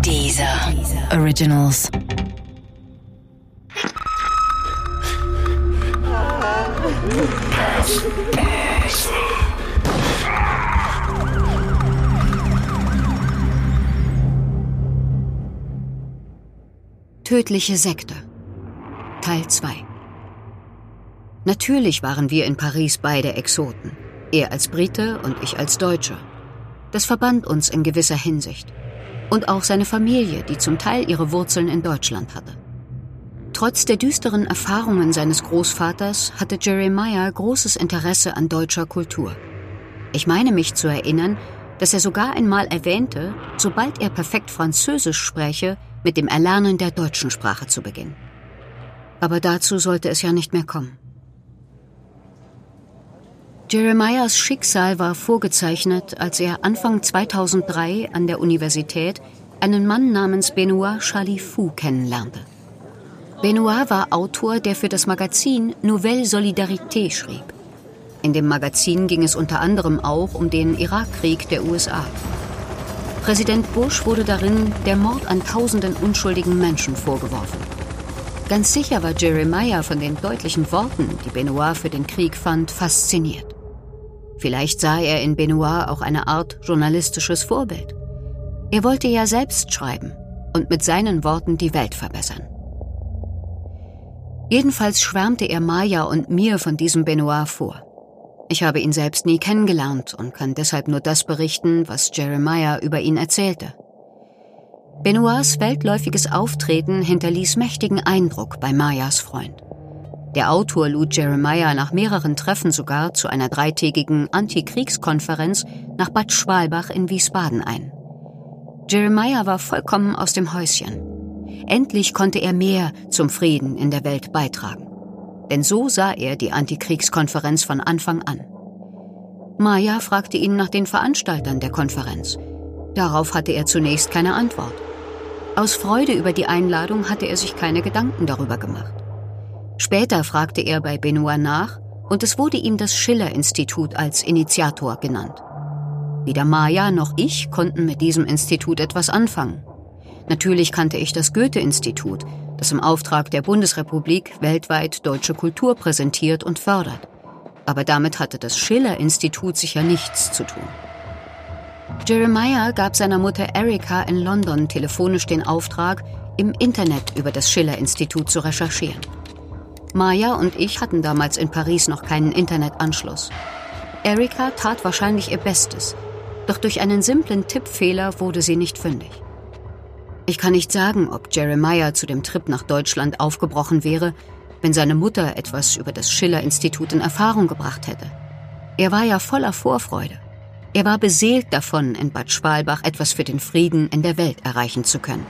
Deezer Originals. Tödliche Sekte Teil 2. Natürlich waren wir in Paris beide Exoten. Er als Brite und ich als Deutscher. Das verband uns in gewisser Hinsicht. Und auch seine Familie, die zum Teil ihre Wurzeln in Deutschland hatte. Trotz der düsteren Erfahrungen seines Großvaters hatte Jeremiah großes Interesse an deutscher Kultur. Ich meine mich zu erinnern, dass er sogar einmal erwähnte, sobald er perfekt Französisch spräche, mit dem Erlernen der deutschen Sprache zu beginnen. Aber dazu sollte es ja nicht mehr kommen. Jeremiahs Schicksal war vorgezeichnet, als er Anfang 2003 an der Universität einen Mann namens Benoît Chalifou kennenlernte. Benoît war Autor, der für das Magazin Nouvelle Solidarité schrieb. In dem Magazin ging es unter anderem auch um den Irakkrieg der USA. Präsident Bush wurde darin der Mord an tausenden unschuldigen Menschen vorgeworfen. Ganz sicher war Jeremiah von den deutlichen Worten, die Benoît für den Krieg fand, fasziniert. Vielleicht sah er in Benoît auch eine Art journalistisches Vorbild. Er wollte ja selbst schreiben und mit seinen Worten die Welt verbessern. Jedenfalls schwärmte er Maya und mir von diesem Benoît vor. Ich habe ihn selbst nie kennengelernt und kann deshalb nur das berichten, was Jeremiah über ihn erzählte. Benoîts weltläufiges Auftreten hinterließ mächtigen Eindruck bei Mayas Freund. Der Autor lud Jeremiah nach mehreren Treffen sogar zu einer 3-tägigen Antikriegskonferenz nach Bad Schwalbach in Wiesbaden ein. Jeremiah war vollkommen aus dem Häuschen. Endlich konnte er mehr zum Frieden in der Welt beitragen. Denn so sah er die Antikriegskonferenz von Anfang an. Maya fragte ihn nach den Veranstaltern der Konferenz. Darauf hatte er zunächst keine Antwort. Aus Freude über die Einladung hatte er sich keine Gedanken darüber gemacht. Später fragte er bei Benoît nach und es wurde ihm das Schiller-Institut als Initiator genannt. Weder Maya noch ich konnten mit diesem Institut etwas anfangen. Natürlich kannte ich das Goethe-Institut, das im Auftrag der Bundesrepublik weltweit deutsche Kultur präsentiert und fördert. Aber damit hatte das Schiller-Institut sicher nichts zu tun. Jeremiah gab seiner Mutter Erika in London telefonisch den Auftrag, im Internet über das Schiller-Institut zu recherchieren. Maya und ich hatten damals in Paris noch keinen Internetanschluss. Erika tat wahrscheinlich ihr Bestes, doch durch einen simplen Tippfehler wurde sie nicht fündig. Ich kann nicht sagen, ob Jeremiah zu dem Trip nach Deutschland aufgebrochen wäre, wenn seine Mutter etwas über das Schiller-Institut in Erfahrung gebracht hätte. Er war ja voller Vorfreude. Er war beseelt davon, in Bad Schwalbach etwas für den Frieden in der Welt erreichen zu können.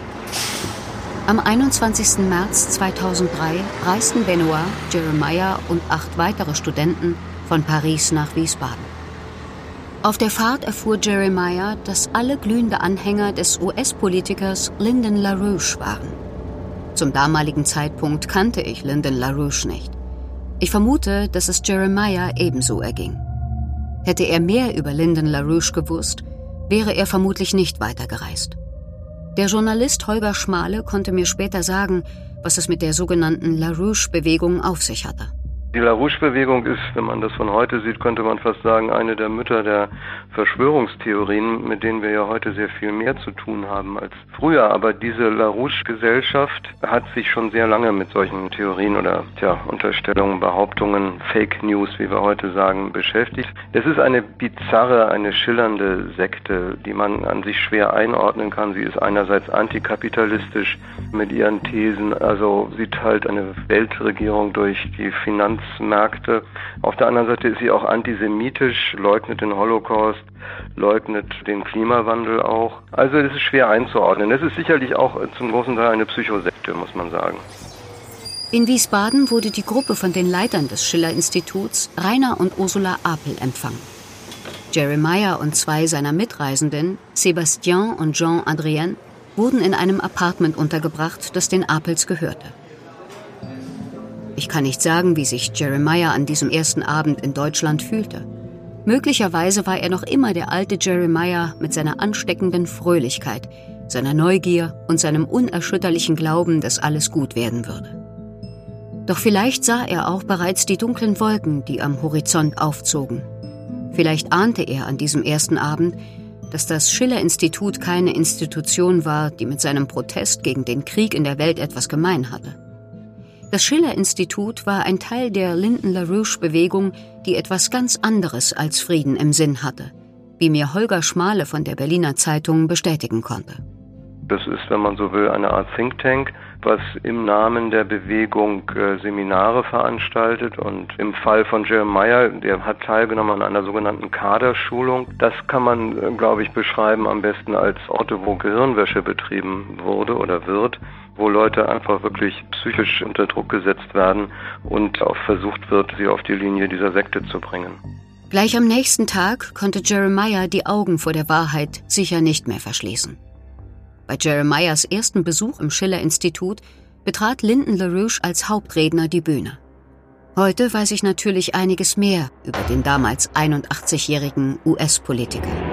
Am 21. März 2003 reisten Benoît, Jeremiah und 8 weitere Studenten von Paris nach Wiesbaden. Auf der Fahrt erfuhr Jeremiah, dass alle glühende Anhänger des US-Politikers Lyndon LaRouche waren. Zum damaligen Zeitpunkt kannte ich Lyndon LaRouche nicht. Ich vermute, dass es Jeremiah ebenso erging. Hätte er mehr über Lyndon LaRouche gewusst, wäre er vermutlich nicht weitergereist. Der Journalist Holger Schmale konnte mir später sagen, was es mit der sogenannten LaRouche-Bewegung auf sich hatte. Die LaRouche-Bewegung ist, wenn man das von heute sieht, könnte man fast sagen, eine der Mütter der Verschwörungstheorien, mit denen wir ja heute sehr viel mehr zu tun haben als früher. Aber diese LaRouche-Gesellschaft hat sich schon sehr lange mit solchen Theorien oder Unterstellungen, Behauptungen, Fake News, wie wir heute sagen, beschäftigt. Es ist eine bizarre, eine schillernde Sekte, die man an sich schwer einordnen kann. Sie ist einerseits antikapitalistisch mit ihren Thesen, also sieht halt eine Weltregierung durch die Finanzmärkte. Auf der anderen Seite ist sie auch antisemitisch, leugnet den Holocaust, leugnet den Klimawandel auch. Also es ist schwer einzuordnen. Es ist sicherlich auch zum großen Teil eine Psychosekte, muss man sagen. In Wiesbaden wurde die Gruppe von den Leitern des Schiller-Instituts, Rainer und Ursula Apel, empfangen. Jeremiah und 2 seiner Mitreisenden, Sébastien und Jean-Adrien, wurden in einem Apartment untergebracht, das den Apels gehörte. Ich kann nicht sagen, wie sich Jeremiah an diesem ersten Abend in Deutschland fühlte. Möglicherweise war er noch immer der alte Jeremiah mit seiner ansteckenden Fröhlichkeit, seiner Neugier und seinem unerschütterlichen Glauben, dass alles gut werden würde. Doch vielleicht sah er auch bereits die dunklen Wolken, die am Horizont aufzogen. Vielleicht ahnte er an diesem ersten Abend, dass das Schiller-Institut keine Institution war, die mit seinem Protest gegen den Krieg in der Welt etwas gemein hatte. Das Schiller-Institut war ein Teil der Lyndon-LaRouche-Bewegung, die etwas ganz anderes als Frieden im Sinn hatte, wie mir Holger Schmale von der Berliner Zeitung bestätigen konnte. Das ist, wenn man so will, eine Art Think Tank, was im Namen der Bewegung Seminare veranstaltet. Und im Fall von Jeremiah, der hat teilgenommen an einer sogenannten Kaderschulung. Das kann man, glaube ich, beschreiben am besten als Orte, wo Gehirnwäsche betrieben wurde oder wird, wo Leute einfach wirklich psychisch unter Druck gesetzt werden und auch versucht wird, sie auf die Linie dieser Sekte zu bringen. Gleich am nächsten Tag konnte Jeremiah die Augen vor der Wahrheit sicher nicht mehr verschließen. Bei Jeremiahs ersten Besuch im Schiller-Institut betrat Lyndon LaRouche als Hauptredner die Bühne. Heute weiß ich natürlich einiges mehr über den damals 81-jährigen US-Politiker.